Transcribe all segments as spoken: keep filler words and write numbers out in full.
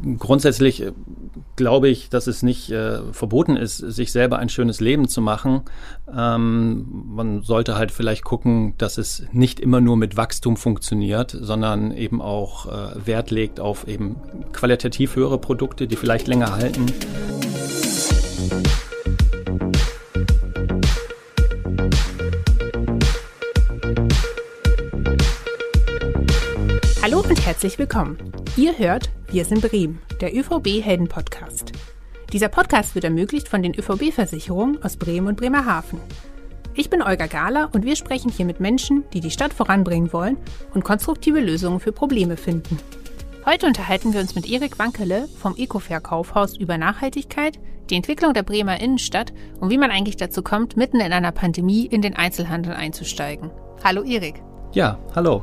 grundsätzlich äh, glaube ich, dass es nicht äh, verboten ist, sich selber ein schönes Leben zu machen. Ähm, man sollte halt vielleicht gucken, dass es nicht immer nur mit Wachstum funktioniert, sondern eben auch äh, Wert legt auf eben qualitativ höhere Produkte, die vielleicht länger halten. Hallo und herzlich willkommen. Ihr hört Wir sind Bremen, der ÖVB-Helden-Podcast. Dieser Podcast wird ermöglicht von den ÖVB-Versicherungen aus Bremen und Bremerhaven. Ich bin Olga Gahler und wir sprechen hier mit Menschen, die die Stadt voranbringen wollen und konstruktive Lösungen für Probleme finden. Heute unterhalten wir uns mit Erik Wankele vom Ecofair Kaufhaus über Nachhaltigkeit, die Entwicklung der Bremer Innenstadt und wie man eigentlich dazu kommt, mitten in einer Pandemie in den Einzelhandel einzusteigen. Hallo Erik. Ja, hallo.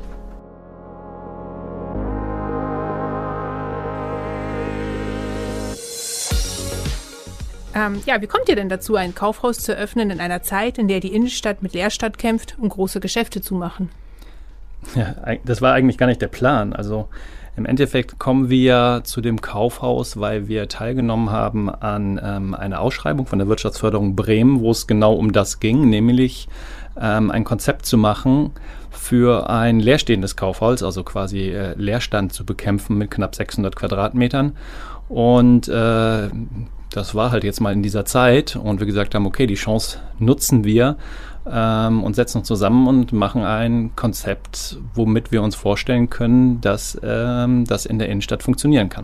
Ähm, ja, wie kommt ihr denn dazu, ein Kaufhaus zu eröffnen in einer Zeit, in der die Innenstadt mit Leerstand kämpft und große Geschäfte zumachen? Ja, das war eigentlich gar nicht der Plan. Also im Endeffekt kommen wir zu dem Kaufhaus, weil wir teilgenommen haben an ähm, einer Ausschreibung von der Wirtschaftsförderung Bremen, wo es genau um das ging, nämlich ähm, ein Konzept zu machen für ein leerstehendes Kaufhaus, also quasi äh, Leerstand zu bekämpfen mit knapp sechshundert Quadratmetern. Und äh, das war halt jetzt mal in dieser Zeit und wir gesagt haben, okay, die Chance nutzen wir ähm, und setzen uns zusammen und machen ein Konzept, womit wir uns vorstellen können, dass ähm, das in der Innenstadt funktionieren kann.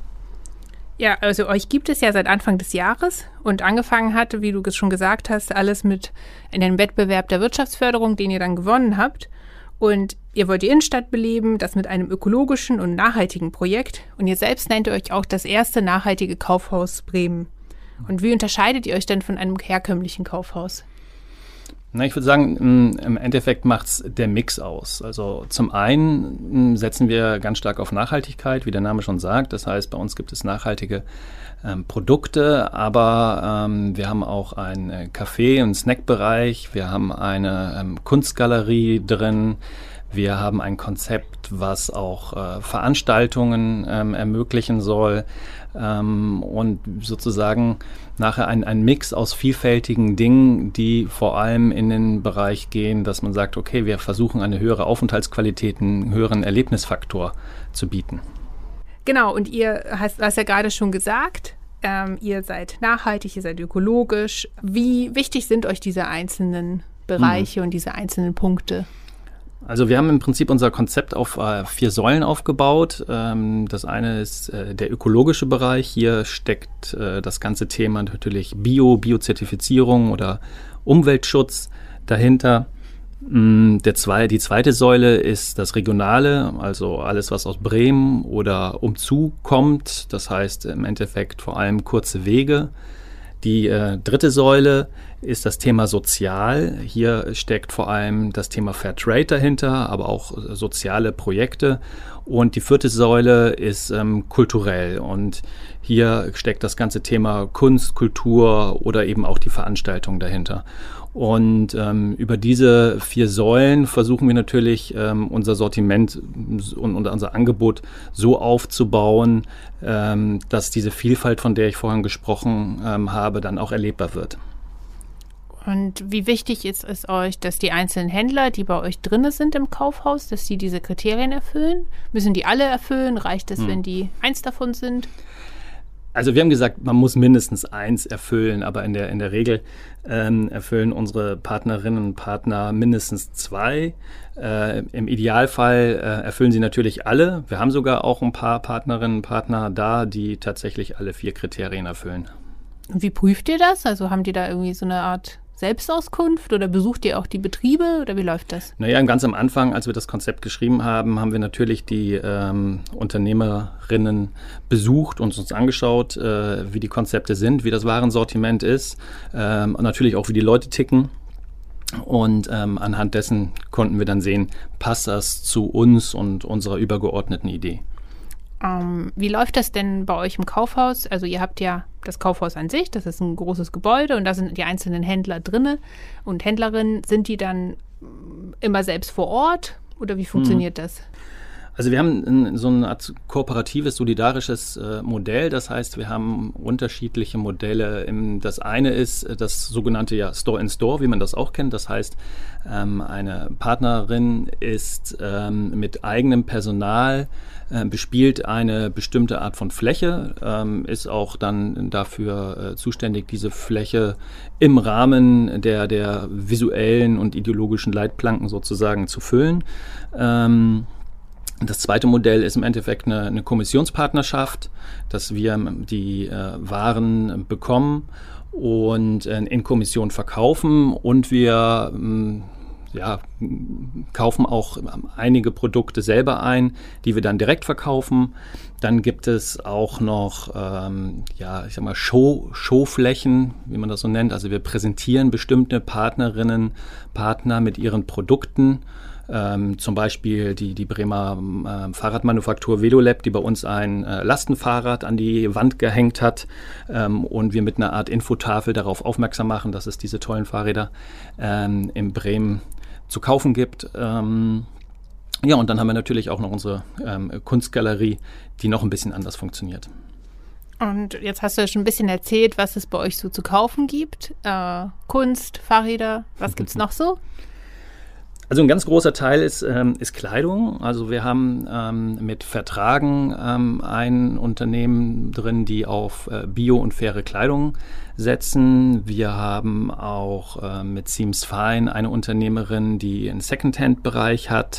Ja, also euch gibt es ja seit Anfang des Jahres und angefangen hat, wie du es schon gesagt hast, alles mit in dem Wettbewerb der Wirtschaftsförderung, den ihr dann gewonnen habt. Und ihr wollt die Innenstadt beleben, das mit einem ökologischen und nachhaltigen Projekt. Und ihr selbst nennt euch auch das erste nachhaltige Kaufhaus Bremen. Und wie unterscheidet ihr euch denn von einem herkömmlichen Kaufhaus? Na, ich würde sagen, im Endeffekt macht es der Mix aus. Also zum einen setzen wir ganz stark auf Nachhaltigkeit, wie der Name schon sagt. Das heißt, bei uns gibt es nachhaltige ähm, Produkte, aber ähm, wir haben auch einen äh, Café- und Snackbereich, wir haben eine ähm, Kunstgalerie drin, wir haben ein Konzept, was auch äh, Veranstaltungen ähm, ermöglichen soll ähm, und sozusagen nachher ein, ein Mix aus vielfältigen Dingen, die vor allem in den Bereich gehen, dass man sagt, okay, wir versuchen eine höhere Aufenthaltsqualität, einen höheren Erlebnisfaktor zu bieten. Genau, und ihr hast, hast ja gerade schon gesagt, ähm, ihr seid nachhaltig, ihr seid ökologisch. Wie wichtig sind euch diese einzelnen Bereiche mhm. und diese einzelnen Punkte? Also wir haben im Prinzip unser Konzept auf äh, vier Säulen aufgebaut. Ähm, das eine ist äh, der ökologische Bereich. Hier steckt äh, das ganze Thema natürlich Bio, Biozertifizierung oder Umweltschutz dahinter. Mm, der zwei, die zweite Säule ist das Regionale, also alles, was aus Bremen oder umzu kommt. Das heißt im Endeffekt vor allem kurze Wege. Die äh, dritte Säule ist das Thema Sozial. Hier steckt vor allem das Thema Fairtrade dahinter, aber auch äh, soziale Projekte. Und die vierte Säule ist ähm, kulturell. Und hier steckt das ganze Thema Kunst, Kultur oder eben auch die Veranstaltung dahinter. Und ähm, über diese vier Säulen versuchen wir natürlich, ähm, unser Sortiment und, und unser Angebot so aufzubauen, ähm, dass diese Vielfalt, von der ich vorhin gesprochen ähm, habe, dann auch erlebbar wird. Und wie wichtig ist es euch, dass die einzelnen Händler, die bei euch drin sind im Kaufhaus, dass die diese Kriterien erfüllen? Müssen die alle erfüllen? Reicht es, hm. wenn die eins davon sind? Also wir haben gesagt, man muss mindestens eins erfüllen, aber in der, in der Regel ähm, erfüllen unsere Partnerinnen und Partner mindestens zwei. Äh, Im Idealfall äh, erfüllen sie natürlich alle. Wir haben sogar auch ein paar Partnerinnen und Partner da, die tatsächlich alle vier Kriterien erfüllen. Und wie prüft ihr das? Also haben die da irgendwie so eine Art Selbstauskunft oder besucht ihr auch die Betriebe oder wie läuft das? Naja, ganz am Anfang, als wir das Konzept geschrieben haben, haben wir natürlich die ähm, Unternehmerinnen besucht und uns angeschaut, äh, wie die Konzepte sind, wie das Warensortiment ist ähm, und natürlich auch, wie die Leute ticken. Und ähm, anhand dessen konnten wir dann sehen, passt das zu uns und unserer übergeordneten Idee. Ähm, wie läuft das denn bei euch im Kaufhaus? Also ihr habt ja das Kaufhaus an sich, das ist ein großes Gebäude und da sind die einzelnen Händler drinne und Händlerinnen, sind die dann immer selbst vor Ort oder wie funktioniert hm. das? Also wir haben ein, so eine Art kooperatives, solidarisches äh, Modell. Das heißt, wir haben unterschiedliche Modelle. Im, das eine ist das sogenannte ja, Store-in-Store, wie man das auch kennt. Das heißt, ähm, eine Partnerin ist ähm, mit eigenem Personal, äh, bespielt eine bestimmte Art von Fläche, ähm, ist auch dann dafür äh, zuständig, diese Fläche im Rahmen der, der visuellen und ideologischen Leitplanken sozusagen zu füllen. Ähm, Das zweite Modell ist im Endeffekt eine, eine Kommissionspartnerschaft, dass wir die äh, Waren bekommen und äh, in Kommission verkaufen und wir ähm, ja, kaufen auch einige Produkte selber ein, die wir dann direkt verkaufen. Dann gibt es auch noch ähm, ja, ich sag mal Show, Showflächen, wie man das so nennt. Also wir präsentieren bestimmte Partnerinnen, Partner mit ihren Produkten. Ähm, zum Beispiel die, die Bremer äh, Fahrradmanufaktur Velolab, die bei uns ein äh, Lastenfahrrad an die Wand gehängt hat ähm, und wir mit einer Art Infotafel darauf aufmerksam machen, dass es diese tollen Fahrräder ähm, in Bremen zu kaufen gibt. Ähm, ja, und dann haben wir natürlich auch noch unsere ähm, Kunstgalerie, die noch ein bisschen anders funktioniert. Und jetzt hast du ja schon ein bisschen erzählt, was es bei euch so zu kaufen gibt. Äh, Kunst, Fahrräder, was gibt es noch so? Also ein ganz großer Teil ist, ähm, ist Kleidung. Also wir haben ähm, mit Vertragen ähm, ein Unternehmen drin, die auf äh, bio- und faire Kleidung setzen. Wir haben auch äh, mit Seems Fine eine Unternehmerin, die einen Secondhand-Bereich hat.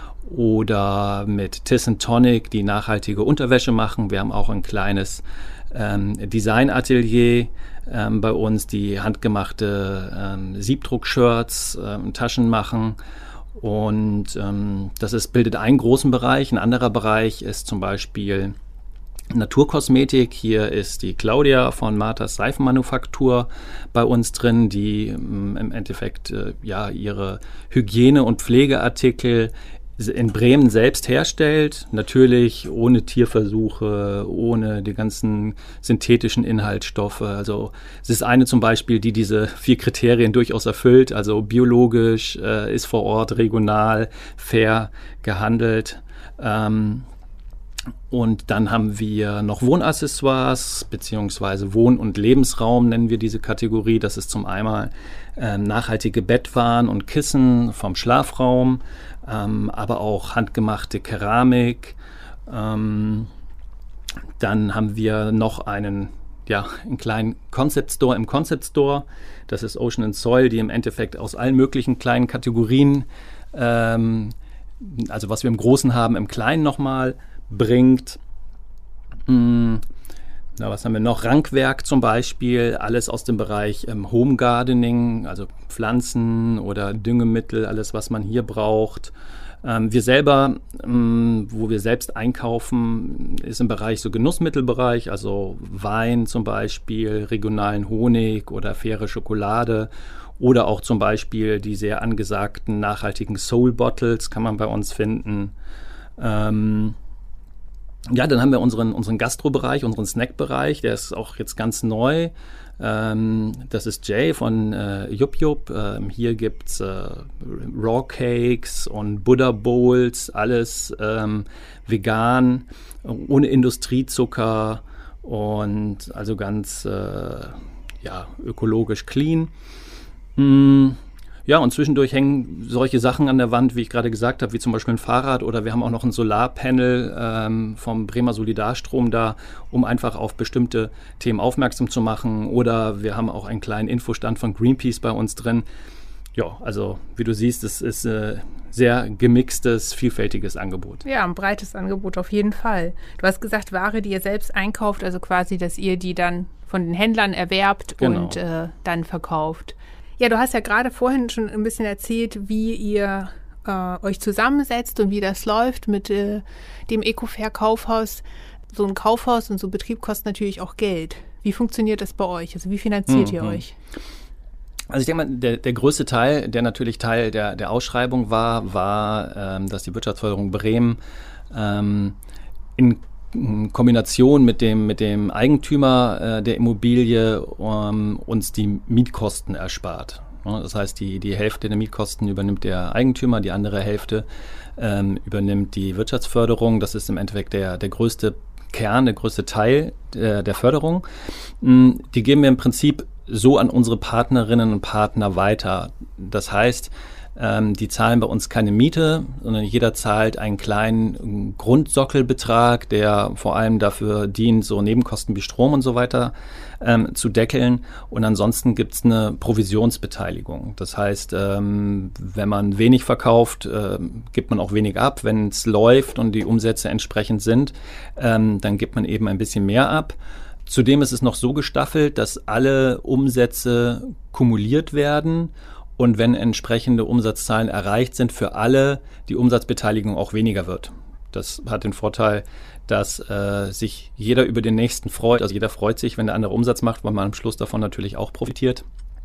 Oder mit Tiss and Tonic, die nachhaltige Unterwäsche machen. Wir haben auch ein kleines ähm, Designatelier ähm, bei uns, die handgemachte ähm, Siebdruck-Shirts, ähm, Taschen machen. Und ähm, das ist, bildet einen großen Bereich. Ein anderer Bereich ist zum Beispiel Naturkosmetik. Hier ist die Claudia von Marthas Seifenmanufaktur bei uns drin, die ähm, im Endeffekt äh, ja ihre Hygiene- und Pflegeartikel in Bremen selbst herstellt, natürlich ohne Tierversuche, ohne die ganzen synthetischen Inhaltsstoffe. Also es ist eine zum Beispiel, die diese vier Kriterien durchaus erfüllt, also biologisch, äh, ist vor Ort, regional, fair gehandelt. Ähm, und dann haben wir noch Wohnaccessoires, beziehungsweise Wohn- und Lebensraum nennen wir diese Kategorie. Das ist zum einen ähm, nachhaltige Bettwaren und Kissen vom Schlafraum, ähm, aber auch handgemachte Keramik. Ähm, dann haben wir noch einen, ja, einen kleinen Concept Store im Concept Store. Das ist Ocean and Soil, die im Endeffekt aus allen möglichen kleinen Kategorien, ähm, also was wir im Großen haben, im Kleinen nochmal bringt. Hm, na, was haben wir noch? Rankwerk zum Beispiel, alles aus dem Bereich ähm, Home Gardening, also Pflanzen oder Düngemittel, alles, was man hier braucht. Ähm, wir selber, ähm, wo wir selbst einkaufen, ist im Bereich so Genussmittelbereich, also Wein zum Beispiel, regionalen Honig oder faire Schokolade oder auch zum Beispiel die sehr angesagten nachhaltigen Soul Bottles kann man bei uns finden. Ähm, Ja, dann haben wir unseren, unseren Gastrobereich, unseren Snackbereich, der ist auch jetzt ganz neu. Ähm, das ist Jay von äh, Jupp Jupp. Ähm, hier gibt's äh, Raw Cakes und Buddha Bowls, alles ähm, vegan, ohne Industriezucker und also ganz äh, ja, ökologisch clean. Mm. Ja, und zwischendurch hängen solche Sachen an der Wand, wie ich gerade gesagt habe, wie zum Beispiel ein Fahrrad, oder wir haben auch noch ein Solarpanel ähm, vom Bremer Solidarstrom da, um einfach auf bestimmte Themen aufmerksam zu machen. Oder wir haben auch einen kleinen Infostand von Greenpeace bei uns drin. Ja, also wie du siehst, es ist ein sehr gemixtes, vielfältiges Angebot. Ja, ein breites Angebot auf jeden Fall. Du hast gesagt, Ware, die ihr selbst einkauft, also quasi, dass ihr die dann von den Händlern erwerbt Genau. und äh, dann verkauft. Ja, du hast ja gerade vorhin schon ein bisschen erzählt, wie ihr äh, euch zusammensetzt und wie das läuft mit äh, dem Ecofair-Kaufhaus. So ein Kaufhaus und so ein Betrieb kostet natürlich auch Geld. Wie funktioniert das bei euch? Also wie finanziert mhm. ihr euch? Also ich denke mal, der, der größte Teil, der natürlich Teil der, der Ausschreibung war, war, ähm, dass die Wirtschaftsförderung Bremen ähm, in in Kombination mit dem, mit dem Eigentümer äh, der Immobilie ähm, uns die Mietkosten erspart. Das heißt, die, die Hälfte der Mietkosten übernimmt der Eigentümer, die andere Hälfte ähm, übernimmt die Wirtschaftsförderung. Das ist im Endeffekt der, der größte Kern, der größte Teil der, der Förderung. Die geben wir im Prinzip so an unsere Partnerinnen und Partner weiter. Das heißt, ähm, die zahlen bei uns keine Miete, sondern jeder zahlt einen kleinen Grundsockelbetrag, der vor allem dafür dient, so Nebenkosten wie Strom und so weiter ähm, zu deckeln. Und ansonsten gibt's eine Provisionsbeteiligung. Das heißt, ähm, wenn man wenig verkauft, äh, gibt man auch wenig ab. Wenn es läuft und die Umsätze entsprechend sind, ähm, dann gibt man eben ein bisschen mehr ab. Zudem ist es noch so gestaffelt, dass alle Umsätze kumuliert werden und wenn entsprechende Umsatzzahlen erreicht sind, für alle die Umsatzbeteiligung auch weniger wird. Das hat den Vorteil, dass äh, sich jeder über den Nächsten freut. Also jeder freut sich, wenn der andere Umsatz macht, weil man am Schluss davon natürlich auch profitiert.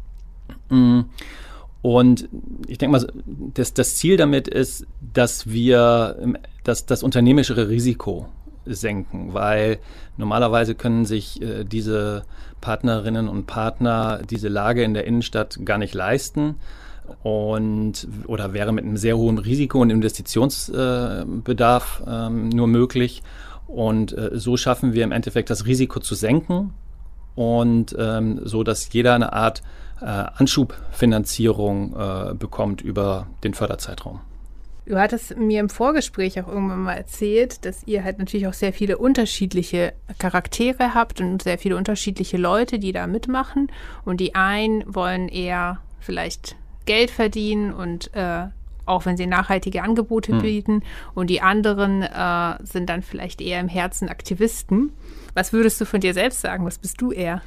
Und ich denke mal, das, das Ziel damit ist, dass wir das, das unternehmerische Risiko senken, weil normalerweise können sich äh, diese Partnerinnen und Partner diese Lage in der Innenstadt gar nicht leisten und oder wäre mit einem sehr hohen Risiko und Investitionsbedarf äh, ähm, nur möglich. Und äh, so schaffen wir im Endeffekt das Risiko zu senken und ähm, so, dass jeder eine Art äh, Anschubfinanzierung äh, bekommt über den Förderzeitraum. Du hattest mir im Vorgespräch auch irgendwann mal erzählt, dass ihr halt natürlich auch sehr viele unterschiedliche Charaktere habt und sehr viele unterschiedliche Leute, die da mitmachen. Und die einen wollen eher vielleicht Geld verdienen und äh, auch wenn sie nachhaltige Angebote hm. bieten. Und die anderen äh, sind dann vielleicht eher im Herzen Aktivisten. Was würdest du von dir selbst sagen? Was bist du eher?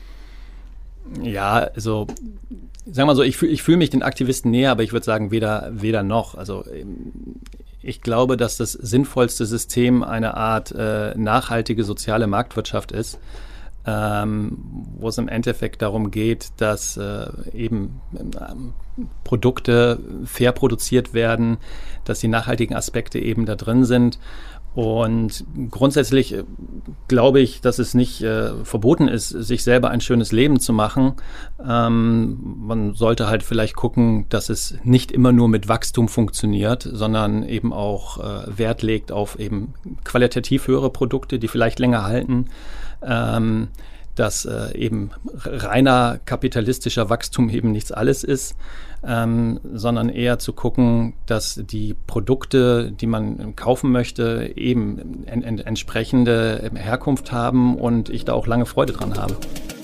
Ja, also sagen wir mal so, ich fühle ich fühl mich den Aktivisten näher, aber ich würde sagen, weder, weder noch. Also ich glaube, dass das sinnvollste System eine Art äh, nachhaltige soziale Marktwirtschaft ist, ähm, wo es im Endeffekt darum geht, dass äh, eben ähm, Produkte fair produziert werden, dass die nachhaltigen Aspekte eben da drin sind. Und grundsätzlich äh, glaube ich, dass es nicht äh, verboten ist, sich selber ein schönes Leben zu machen. Ähm, man sollte halt vielleicht gucken, dass es nicht immer nur mit Wachstum funktioniert, sondern eben auch äh, Wert legt auf eben qualitativ höhere Produkte, die vielleicht länger halten. Ähm, dass äh, eben reiner kapitalistischer Wachstum eben nichts alles ist, ähm, sondern eher zu gucken, dass die Produkte, die man kaufen möchte, eben en- en- entsprechende Herkunft haben und ich da auch lange Freude dran habe.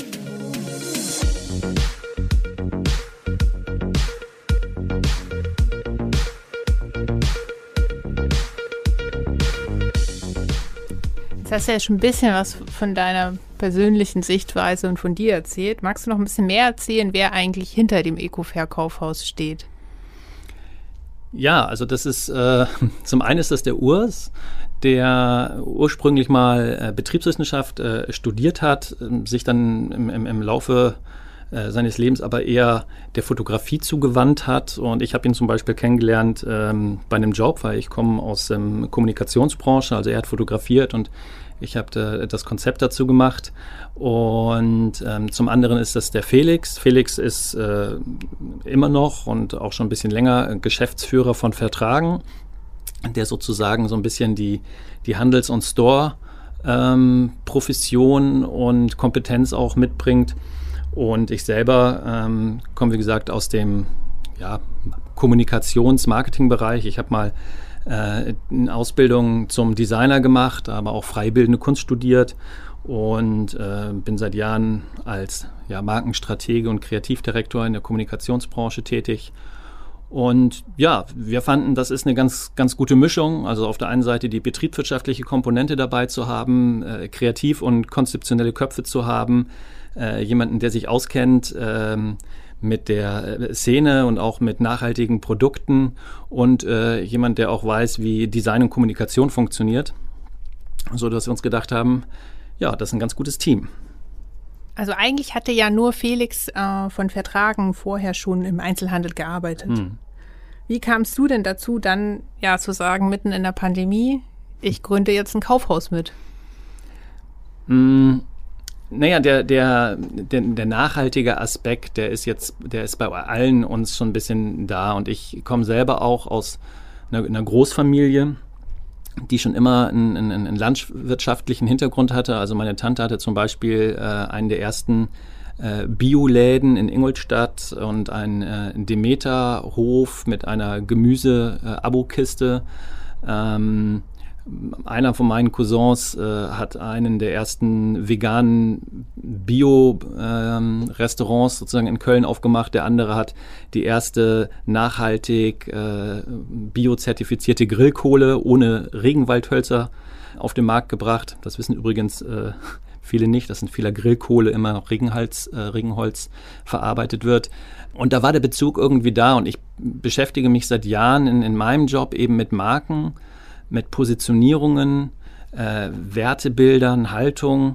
Jetzt hast du ja schon ein bisschen was von deiner persönlichen Sichtweise und von dir erzählt. Magst du noch ein bisschen mehr erzählen, wer eigentlich hinter dem Ecofair-Kaufhaus steht? Ja, also das ist, äh, zum einen ist das der Urs, der ursprünglich mal äh, Betriebswissenschaft äh, studiert hat, äh, sich dann im, im, im Laufe äh, seines Lebens aber eher der Fotografie zugewandt hat. Und ich habe ihn zum Beispiel kennengelernt ähm, bei einem Job, weil ich komme aus der ähm, Kommunikationsbranche, also er hat fotografiert und ich habe äh, das Konzept dazu gemacht. Und ähm, zum anderen ist das der Felix. Felix ist äh, immer noch und auch schon ein bisschen länger Geschäftsführer von Vertragen, der sozusagen so ein bisschen die, die Handels- und Store-Profession ähm, und Kompetenz auch mitbringt. Und ich selber ähm, komme, wie gesagt, aus dem ja, Kommunikations-Marketing-Bereich. Ich habe mal äh, eine Ausbildung zum Designer gemacht, aber auch freibildende Kunst studiert und äh, bin seit Jahren als ja, Markenstratege und Kreativdirektor in der Kommunikationsbranche tätig. Und ja, wir fanden, das ist eine ganz, ganz gute Mischung. Also auf der einen Seite die betriebswirtschaftliche Komponente dabei zu haben, äh, kreativ und konzeptionelle Köpfe zu haben, äh, jemanden, der sich auskennt äh, mit der Szene und auch mit nachhaltigen Produkten und äh, jemand, der auch weiß, wie Design und Kommunikation funktioniert. So dass wir uns gedacht haben, ja, das ist ein ganz gutes Team. Also eigentlich hatte ja nur Felix äh, von Vertragen vorher schon im Einzelhandel gearbeitet. Hm. Wie kamst du denn dazu, dann ja zu sagen, mitten in der Pandemie, ich gründe jetzt ein Kaufhaus mit? Hm. Naja, der, der, der, der nachhaltige Aspekt, der ist jetzt, der ist bei allen uns schon ein bisschen da. Und ich komme selber auch aus einer, einer Großfamilie, die schon immer einen, einen, einen landwirtschaftlichen Hintergrund hatte. Also meine Tante hatte zum Beispiel äh, einen der ersten äh, Bioläden in Ingolstadt und einen äh, Demeter-Hof mit einer Gemüse-Abokiste. Ähm, Einer von meinen Cousins äh, hat einen der ersten veganen Bio-Restaurants ähm, sozusagen in Köln aufgemacht. Der andere hat die erste nachhaltig äh, biozertifizierte Grillkohle ohne Regenwaldhölzer auf den Markt gebracht. Das wissen übrigens äh, viele nicht, dass in vieler Grillkohle immer noch Regenholz, äh, Regenholz verarbeitet wird. Und da war der Bezug irgendwie da. Und ich beschäftige mich seit Jahren in, in meinem Job eben mit Marken, mit Positionierungen, äh, Wertebildern, Haltung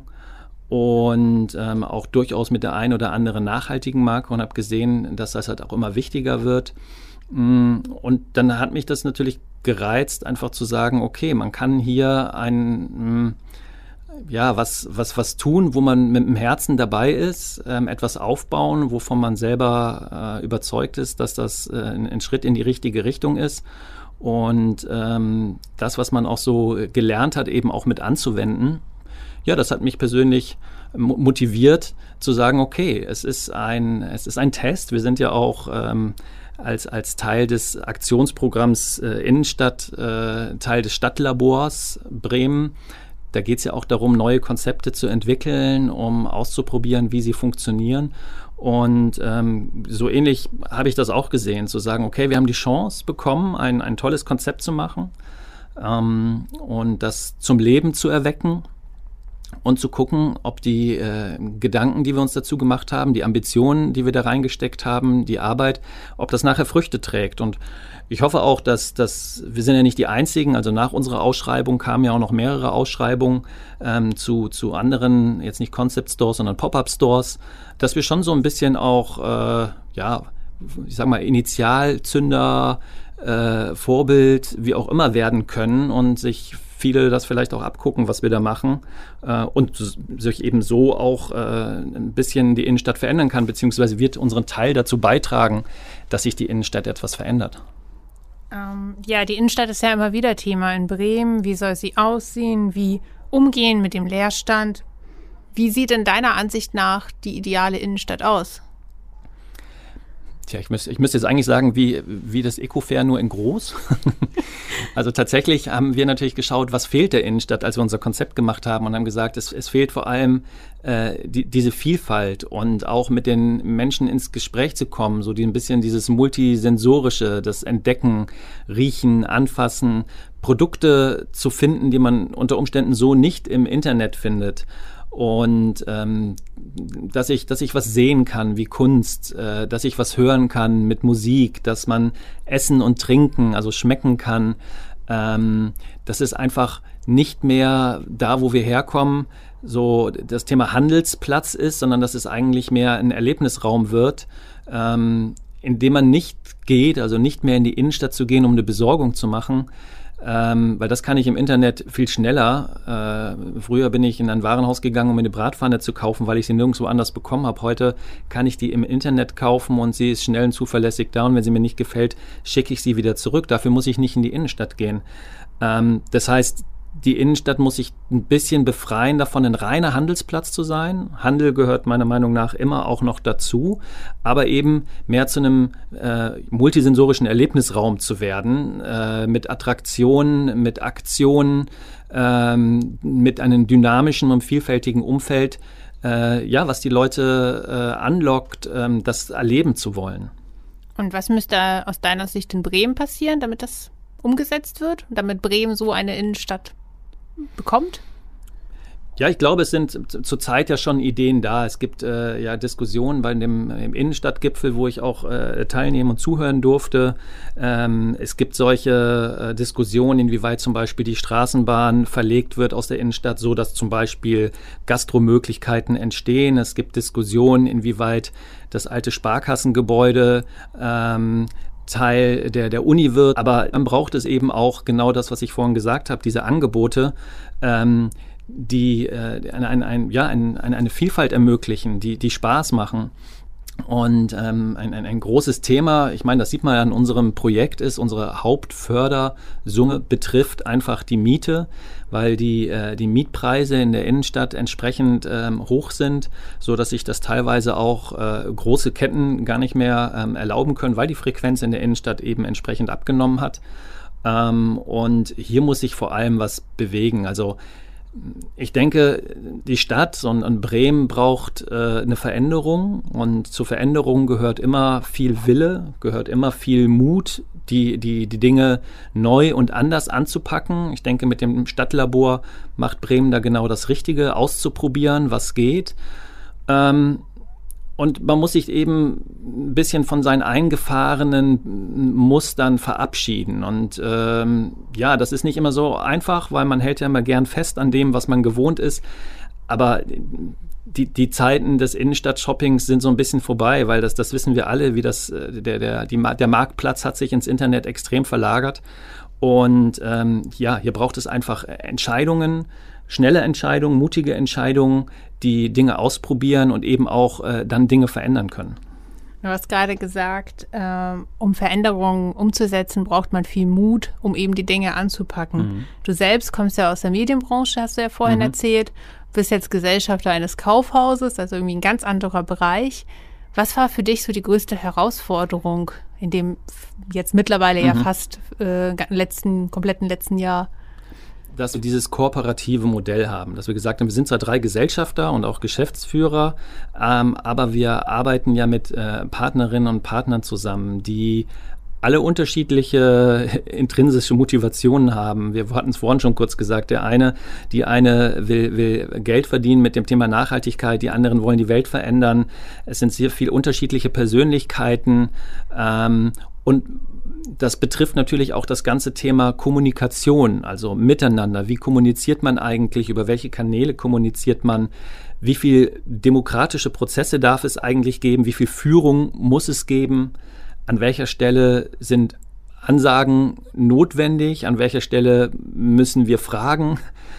und ähm, auch durchaus mit der einen oder anderen nachhaltigen Marke und habe gesehen, dass das halt auch immer wichtiger wird. Und dann hat mich das natürlich gereizt, einfach zu sagen, okay, man kann hier ein, ja, was, was, was tun, wo man mit dem Herzen dabei ist, ähm, etwas aufbauen, wovon man selber äh, überzeugt ist, dass das äh, ein, ein Schritt in die richtige Richtung ist. Und ähm, das, was man auch so gelernt hat, eben auch mit anzuwenden, ja, das hat mich persönlich motiviert zu sagen, okay, es ist ein, es ist ein Test. Wir sind ja auch ähm, als, als Teil des Aktionsprogramms äh, Innenstadt, äh, Teil des Stadtlabors Bremen. Da geht es ja auch darum, neue Konzepte zu entwickeln, um auszuprobieren, wie sie funktionieren. Und ähm, so ähnlich habe ich das auch gesehen, zu sagen, okay, wir haben die Chance bekommen, ein, ein tolles Konzept zu machen ähm, und das zum Leben zu erwecken und zu gucken, ob die äh, Gedanken, die wir uns dazu gemacht haben, die Ambitionen, die wir da reingesteckt haben, die Arbeit, ob das nachher Früchte trägt. Und ich hoffe auch, dass, dass wir sind ja nicht die Einzigen, also nach unserer Ausschreibung kamen ja auch noch mehrere Ausschreibungen ähm, zu, zu anderen, jetzt nicht Concept Stores, sondern Pop-up Stores, dass wir schon so ein bisschen auch, äh, ja, ich sag mal, Initialzünder, äh, Vorbild, wie auch immer werden können und sich viele das vielleicht auch abgucken, was wir da machen äh, und sich eben so auch äh, ein bisschen die Innenstadt verändern kann, beziehungsweise wird unseren Teil dazu beitragen, dass sich die Innenstadt etwas verändert. Ähm, ja, die Innenstadt ist ja immer wieder Thema in Bremen. Wie soll sie aussehen? Wie umgehen mit dem Leerstand? Wie sieht in deiner Ansicht nach die ideale Innenstadt aus? Tja, ich müsste, ich müsste jetzt eigentlich sagen, wie, wie das Ecofair nur in groß. Also tatsächlich haben wir natürlich geschaut, was fehlt der Innenstadt, als wir unser Konzept gemacht haben und haben gesagt, es, es fehlt vor allem äh, die, diese Vielfalt und auch mit den Menschen ins Gespräch zu kommen, so die, ein bisschen dieses Multisensorische, das Entdecken, Riechen, Anfassen, Produkte zu finden, die man unter Umständen so nicht im Internet findet. Und ähm, dass ich, dass ich was sehen kann wie Kunst, äh, dass ich was hören kann mit Musik, dass man essen und trinken, also schmecken kann. Ähm, das ist einfach nicht mehr da, wo wir herkommen, so das Thema Handelsplatz ist, sondern dass es eigentlich mehr ein Erlebnisraum wird, ähm, in dem man nicht geht, also nicht mehr in die Innenstadt zu gehen, um eine Besorgung zu machen, Ähm, weil das kann ich im Internet viel schneller. Äh, früher bin ich in ein Warenhaus gegangen, um mir eine Bratpfanne zu kaufen, weil ich sie nirgendwo anders bekommen habe. Heute kann ich die im Internet kaufen und sie ist schnell und zuverlässig da. Und wenn sie mir nicht gefällt, schicke ich sie wieder zurück. Dafür muss ich nicht in die Innenstadt gehen. Ähm, das heißt, die Innenstadt muss sich ein bisschen befreien davon, ein reiner Handelsplatz zu sein. Handel gehört meiner Meinung nach immer auch noch dazu, aber eben mehr zu einem äh, multisensorischen Erlebnisraum zu werden, äh, mit Attraktionen, mit Aktionen, ähm, mit einem dynamischen und vielfältigen Umfeld, äh, ja, was die Leute äh, anlockt, äh, das erleben zu wollen. Und was müsste aus deiner Sicht in Bremen passieren, damit das umgesetzt wird, damit Bremen so eine Innenstadt bekommt? Ja, ich glaube, es sind zurzeit ja schon Ideen da. Es gibt äh, ja Diskussionen bei dem im Innenstadtgipfel, wo ich auch äh, teilnehmen und zuhören durfte. Ähm, es gibt solche äh, Diskussionen, inwieweit zum Beispiel die Straßenbahn verlegt wird aus der Innenstadt, so dass zum Beispiel Gastromöglichkeiten entstehen. Es gibt Diskussionen, inwieweit das alte Sparkassengebäude ähm, Teil der, der Uni wird. Aber dann braucht es eben auch genau das, was ich vorhin gesagt habe, diese Angebote, ähm, die äh, eine, eine, ein, ja, ein, eine, eine Vielfalt ermöglichen, die, die Spaß machen. Und ähm, ein, ein, ein großes Thema, ich meine, das sieht man ja in unserem Projekt, ist, unsere Hauptfördersumme betrifft einfach die Miete, weil die, äh, die Mietpreise in der Innenstadt entsprechend ähm, hoch sind, so dass sich das teilweise auch äh, große Ketten gar nicht mehr ähm, erlauben können, weil die Frequenz in der Innenstadt eben entsprechend abgenommen hat. Ähm, und hier muss sich vor allem was bewegen. Also ich denke, die Stadt und, und Bremen braucht äh, eine Veränderung, und zur Veränderung gehört immer viel Wille, gehört immer viel Mut, die, die, die Dinge neu und anders anzupacken. Ich denke, mit dem Stadtlabor macht Bremen da genau das Richtige, auszuprobieren, was geht. Ähm, Und man muss sich eben ein bisschen von seinen eingefahrenen Mustern verabschieden. Und ähm, ja, das ist nicht immer so einfach, weil man hält ja immer gern fest an dem, was man gewohnt ist. Aber die, die Zeiten des Innenstadt-Shoppings sind so ein bisschen vorbei, weil das, das wissen wir alle, wie das, der, der, die, der Marktplatz hat sich ins Internet extrem verlagert. Und ähm, ja, hier braucht es einfach Entscheidungen, schnelle Entscheidungen, mutige Entscheidungen, die Dinge ausprobieren und eben auch äh, dann Dinge verändern können. Du hast gerade gesagt, ähm, um Veränderungen umzusetzen, braucht man viel Mut, um eben die Dinge anzupacken. Mhm. Du selbst kommst ja aus der Medienbranche, hast du ja vorhin mhm. erzählt, bist jetzt Gesellschafter eines Kaufhauses, also irgendwie ein ganz anderer Bereich. Was war für dich so die größte Herausforderung in dem jetzt mittlerweile mhm. ja fast äh, letzten, kompletten letzten Jahr? Dass wir dieses kooperative Modell haben, dass wir gesagt haben, wir sind zwar drei Gesellschafter und auch Geschäftsführer, ähm, aber wir arbeiten ja mit äh, Partnerinnen und Partnern zusammen, die alle unterschiedliche intrinsische Motivationen haben. Wir hatten es vorhin schon kurz gesagt, der eine, die eine will, will Geld verdienen mit dem Thema Nachhaltigkeit, die anderen wollen die Welt verändern. Es sind sehr viele unterschiedliche Persönlichkeiten ähm, und das betrifft natürlich auch das ganze Thema Kommunikation, also miteinander. Wie kommuniziert man eigentlich? Über welche Kanäle kommuniziert man? Wie viel demokratische Prozesse darf es eigentlich geben? Wie viel Führung muss es geben? An welcher Stelle sind Ansagen notwendig? An welcher Stelle müssen wir fragen?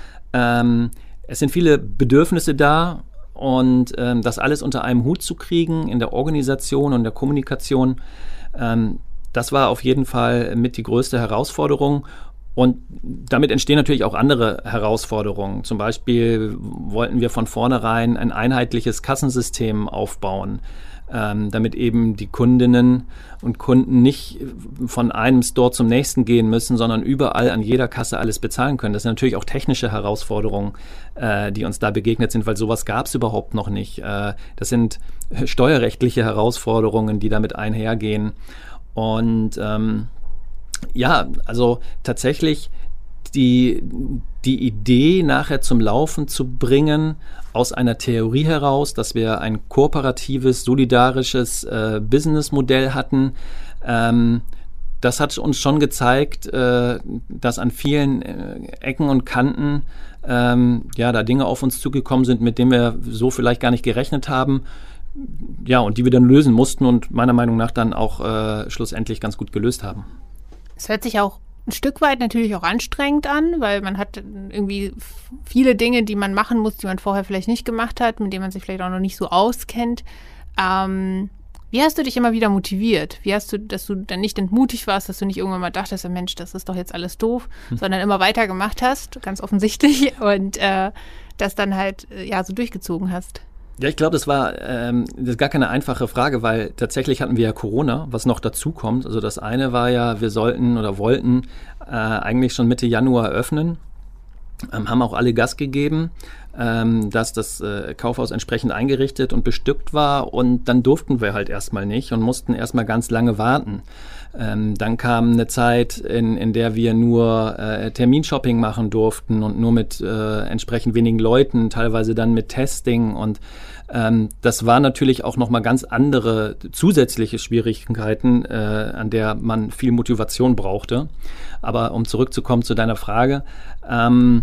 Ähm, es sind viele Bedürfnisse da, und ähm, das alles unter einem Hut zu kriegen in der Organisation und der Kommunikation, ähm, das war auf jeden Fall mit die größte Herausforderung. Und damit entstehen natürlich auch andere Herausforderungen. Zum Beispiel wollten wir von vornherein ein einheitliches Kassensystem aufbauen, ähm, damit eben die Kundinnen und Kunden nicht von einem Store zum nächsten gehen müssen, sondern überall an jeder Kasse alles bezahlen können. Das sind natürlich auch technische Herausforderungen, äh, die uns da begegnet sind, weil sowas gab es überhaupt noch nicht. Äh, das sind steuerrechtliche Herausforderungen, die damit einhergehen. Und ähm, ja, also tatsächlich die, die Idee nachher zum Laufen zu bringen aus einer Theorie heraus, dass wir ein kooperatives, solidarisches äh, Businessmodell hatten, ähm, das hat uns schon gezeigt, äh, dass an vielen äh, Ecken und Kanten ähm, ja, da Dinge auf uns zugekommen sind, mit denen wir so vielleicht gar nicht gerechnet haben. Ja, und die wir dann lösen mussten und meiner Meinung nach dann auch äh, schlussendlich ganz gut gelöst haben. Es hört sich auch ein Stück weit natürlich auch anstrengend an, weil man hat irgendwie viele Dinge, die man machen muss, die man vorher vielleicht nicht gemacht hat, mit denen man sich vielleicht auch noch nicht so auskennt. Ähm, wie hast du dich immer wieder motiviert? Wie hast du, dass du dann nicht entmutigt warst, dass du nicht irgendwann mal dachtest, Mensch, das ist doch jetzt alles doof, hm. sondern immer weiter gemacht hast, ganz offensichtlich, und äh, das dann halt ja so durchgezogen hast? Ja, ich glaube, das war ähm, das ist gar keine einfache Frage, weil tatsächlich hatten wir ja Corona, was noch dazu kommt. Also das eine war ja, wir sollten oder wollten äh, eigentlich schon Mitte Januar öffnen, ähm, haben auch alle Gas gegeben, ähm, dass das äh, Kaufhaus entsprechend eingerichtet und bestückt war, und dann durften wir halt erstmal nicht und mussten erstmal ganz lange warten. Ähm, dann kam eine Zeit, in, in der wir nur äh, Terminshopping machen durften und nur mit äh, entsprechend wenigen Leuten, teilweise dann mit Testing, und ähm, das war natürlich auch nochmal ganz andere zusätzliche Schwierigkeiten, äh, an der man viel Motivation brauchte. Aber um zurückzukommen zu deiner Frage, ähm,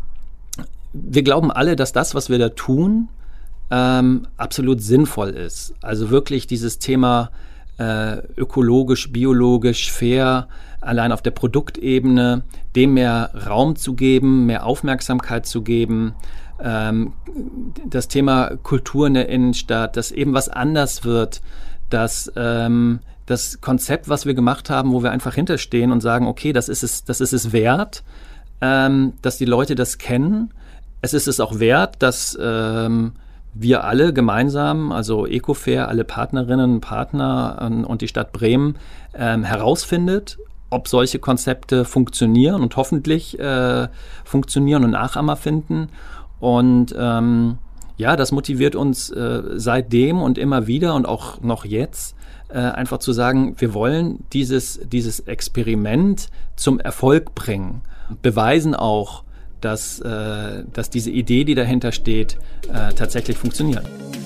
wir glauben alle, dass das, was wir da tun, ähm, absolut sinnvoll ist. Also wirklich dieses Thema äh, ökologisch, biologisch, fair, allein auf der Produktebene, dem mehr Raum zu geben, mehr Aufmerksamkeit zu geben. Ähm, das Thema Kultur in der Innenstadt, dass eben was anders wird, dass ähm, das Konzept, was wir gemacht haben, wo wir einfach hinterstehen und sagen, okay, das ist es, das ist es wert, ähm, dass die Leute das kennen. Es ist es auch wert, dass ähm, wir alle gemeinsam, also Ecofair, alle Partnerinnen und Partner ähm, und die Stadt Bremen ähm, herausfindet, ob solche Konzepte funktionieren und hoffentlich äh, funktionieren und Nachahmer finden. Und ähm, ja, das motiviert uns äh, seitdem und immer wieder und auch noch jetzt, äh, einfach zu sagen, wir wollen dieses, dieses Experiment zum Erfolg bringen. Beweisen auch, dass, äh, dass diese Idee, die dahinter steht, äh, tatsächlich funktioniert.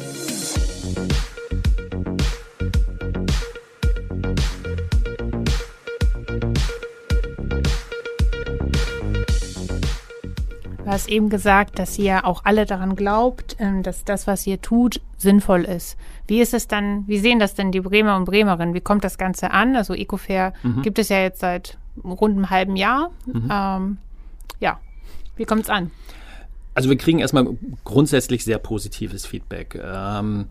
Du hast eben gesagt, dass ihr auch alle daran glaubt, dass das, was ihr tut, sinnvoll ist. Wie ist es dann, wie sehen das denn die Bremer und Bremerinnen? Wie kommt das Ganze an? Also Ecofair mhm. gibt es ja jetzt seit rund einem halben Jahr. Mhm. Ähm, ja, wie kommt es an? Also wir kriegen erstmal grundsätzlich sehr positives Feedback. Ähm,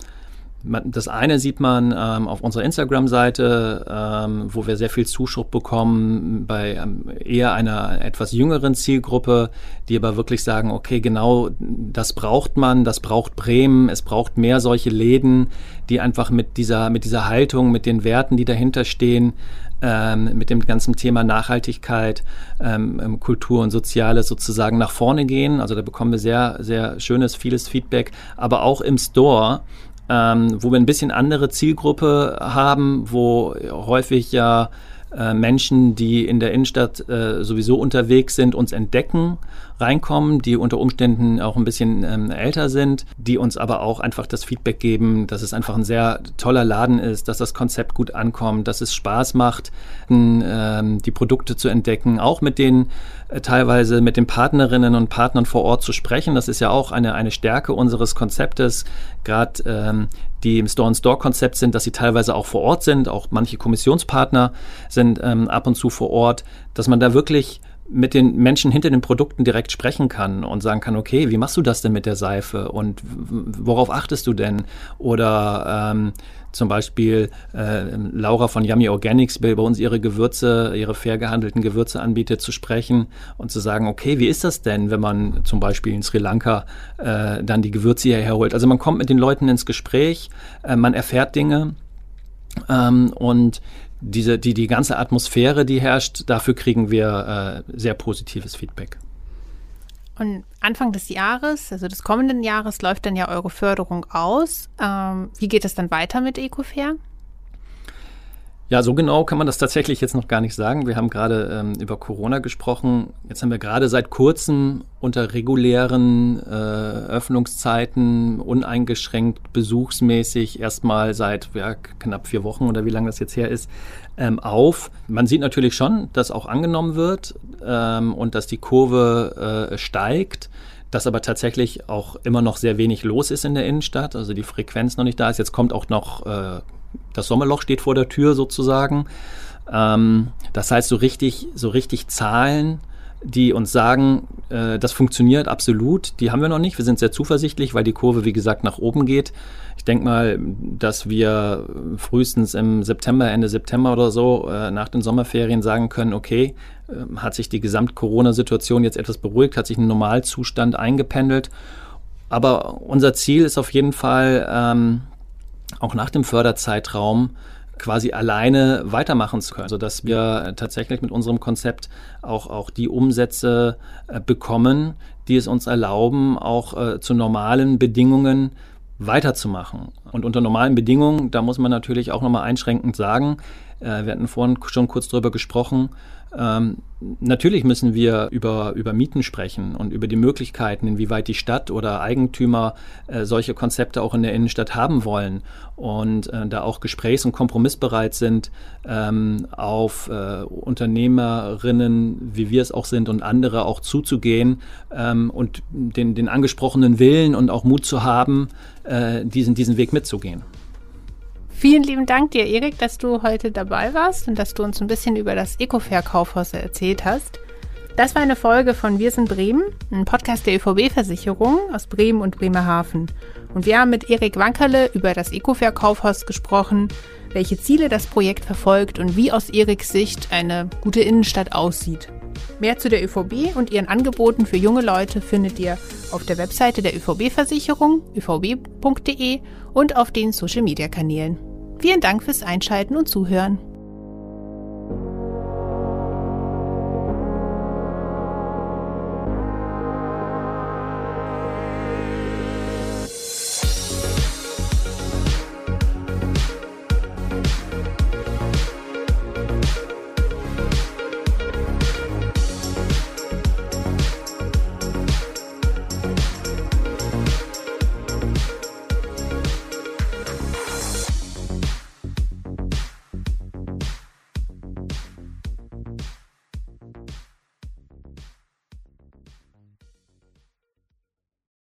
Das eine sieht man ähm, auf unserer Instagram-Seite, ähm, wo wir sehr viel Zuspruch bekommen bei ähm, eher einer etwas jüngeren Zielgruppe, die aber wirklich sagen, okay, genau das braucht man, das braucht Bremen, es braucht mehr solche Läden, die einfach mit dieser, mit dieser Haltung, mit den Werten, die dahinter stehen, ähm, mit dem ganzen Thema Nachhaltigkeit, ähm, Kultur und Soziales sozusagen nach vorne gehen. Also da bekommen wir sehr, sehr schönes, vieles Feedback, aber auch im Store, Ähm, wo wir ein bisschen andere Zielgruppe haben, wo häufig ja äh, Menschen, die in der Innenstadt äh, sowieso unterwegs sind, uns entdecken, reinkommen, die unter Umständen auch ein bisschen ähm, älter sind, die uns aber auch einfach das Feedback geben, dass es einfach ein sehr toller Laden ist, dass das Konzept gut ankommt, dass es Spaß macht, ähm, die Produkte zu entdecken, auch mit den äh, teilweise mit den Partnerinnen und Partnern vor Ort zu sprechen. Das ist ja auch eine, eine Stärke unseres Konzeptes, gerade ähm, die im Store-in-Store-Konzept sind, dass sie teilweise auch vor Ort sind, auch manche Kommissionspartner sind ähm, ab und zu vor Ort, dass man da wirklich mit den Menschen hinter den Produkten direkt sprechen kann und sagen kann, okay, wie machst du das denn mit der Seife und worauf achtest du denn? Oder ähm, zum Beispiel äh, Laura von Yummy Organics will bei uns ihre Gewürze, ihre fair gehandelten Gewürze anbietet, zu sprechen und zu sagen, okay, wie ist das denn, wenn man zum Beispiel in Sri Lanka äh, dann die Gewürze hierher holt? Also man kommt mit den Leuten ins Gespräch, äh, man erfährt Dinge ähm, und Diese, die, die ganze Atmosphäre, die herrscht, dafür kriegen wir äh, sehr positives Feedback. Und Anfang des Jahres, also des kommenden Jahres, läuft dann ja eure Förderung aus. Ähm, wie geht es dann weiter mit Ecofair? Ja, so genau kann man das tatsächlich jetzt noch gar nicht sagen. Wir haben gerade ähm, über Corona gesprochen. Jetzt haben wir gerade seit kurzem unter regulären äh, Öffnungszeiten, uneingeschränkt, besuchsmäßig, erstmal seit ja, knapp vier Wochen oder wie lange das jetzt her ist, ähm, auf. Man sieht natürlich schon, dass auch angenommen wird ähm, und dass die Kurve äh, steigt, dass aber tatsächlich auch immer noch sehr wenig los ist in der Innenstadt, also die Frequenz noch nicht da ist. Jetzt kommt auch noch äh, das Sommerloch steht vor der Tür sozusagen. Ähm, das heißt, so richtig, so richtig Zahlen, die uns sagen, äh, das funktioniert absolut, die haben wir noch nicht. Wir sind sehr zuversichtlich, weil die Kurve, wie gesagt, nach oben geht. Ich denke mal, dass wir frühestens im September, Ende September oder so, äh, nach den Sommerferien sagen können, okay, äh, hat sich die Gesamt-Corona-Situation jetzt etwas beruhigt, hat sich ein Normalzustand eingependelt. Aber unser Ziel ist auf jeden Fall, ähm, auch nach dem Förderzeitraum quasi alleine weitermachen zu können, sodass wir tatsächlich mit unserem Konzept auch, auch die Umsätze äh, bekommen, die es uns erlauben, auch äh, zu normalen Bedingungen weiterzumachen. Und unter normalen Bedingungen, da muss man natürlich auch nochmal einschränkend sagen, äh, wir hatten vorhin schon kurz drüber gesprochen, Ähm, natürlich müssen wir über, über Mieten sprechen und über die Möglichkeiten, inwieweit die Stadt oder Eigentümer äh, solche Konzepte auch in der Innenstadt haben wollen und äh, da auch gesprächs- und kompromissbereit sind, ähm, auf äh, Unternehmerinnen, wie wir es auch sind, und andere auch zuzugehen ähm, und den, den angesprochenen Willen und auch Mut zu haben, äh, diesen, diesen Weg mitzugehen. Vielen lieben Dank dir, Erik, dass du heute dabei warst und dass du uns ein bisschen über das Ecofair Kaufhaus erzählt hast. Das war eine Folge von Wir sind Bremen, ein Podcast der ÖVB-Versicherung aus Bremen und Bremerhaven. Und wir haben mit Erik Wankerle über das Ecofair Kaufhaus gesprochen, welche Ziele das Projekt verfolgt und wie aus Eriks Sicht eine gute Innenstadt aussieht. Mehr zu der ÖVB und ihren Angeboten für junge Leute findet ihr auf der Webseite der ÖVB-Versicherung, ü v b punkt d e und auf den Social-Media-Kanälen. Vielen Dank fürs Einschalten und Zuhören.